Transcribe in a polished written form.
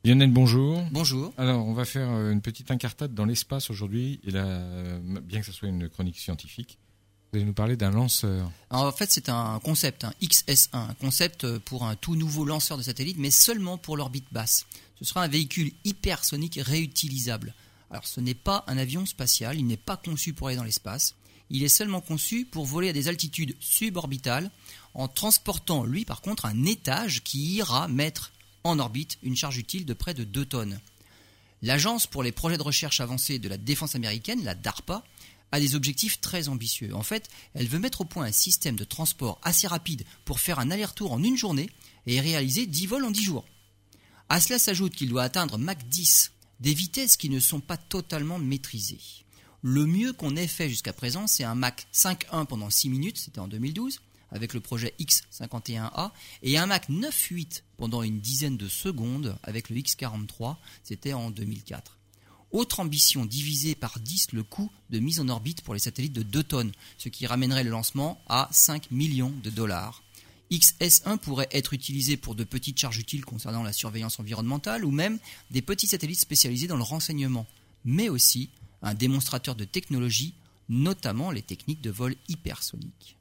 Lionel, bonjour. Bonjour. Alors, on va faire une petite incartade dans l'espace aujourd'hui, et là, bien que ce soit une chronique scientifique, vous allez nous parler d'un lanceur. Alors, en fait, c'est un concept, un XS1, un concept pour un tout nouveau lanceur de satellite, mais seulement pour l'orbite basse. Ce sera un véhicule hypersonique réutilisable. Alors, ce n'est pas un avion spatial, il n'est pas conçu pour aller dans l'espace. Il est seulement conçu pour voler à des altitudes suborbitales, en transportant, lui, par contre, un étage qui ira mettre en orbite une charge utile de près de 2 tonnes. L'Agence pour les projets de recherche avancés de la défense américaine, la DARPA, a des objectifs très ambitieux. En fait, elle veut mettre au point un système de transport assez rapide pour faire un aller-retour en une journée et réaliser 10 vols en 10 jours. À cela s'ajoute qu'il doit atteindre Mach 10, des vitesses qui ne sont pas totalement maîtrisées. Le mieux qu'on ait fait jusqu'à présent, c'est un Mach 5.1 pendant 6 minutes, c'était en 2012, avec le projet X51A, et un Mach 9.8 pendant une dizaine de secondes avec le X43, c'était en 2004. Autre ambition, diviser par 10 le coût de mise en orbite pour les satellites de 2 tonnes, ce qui ramènerait le lancement à 5 millions de dollars. XS1 pourrait être utilisé pour de petites charges utiles concernant la surveillance environnementale ou même des petits satellites spécialisés dans le renseignement, mais aussi un démonstrateur de technologie, notamment les techniques de vol hypersonique.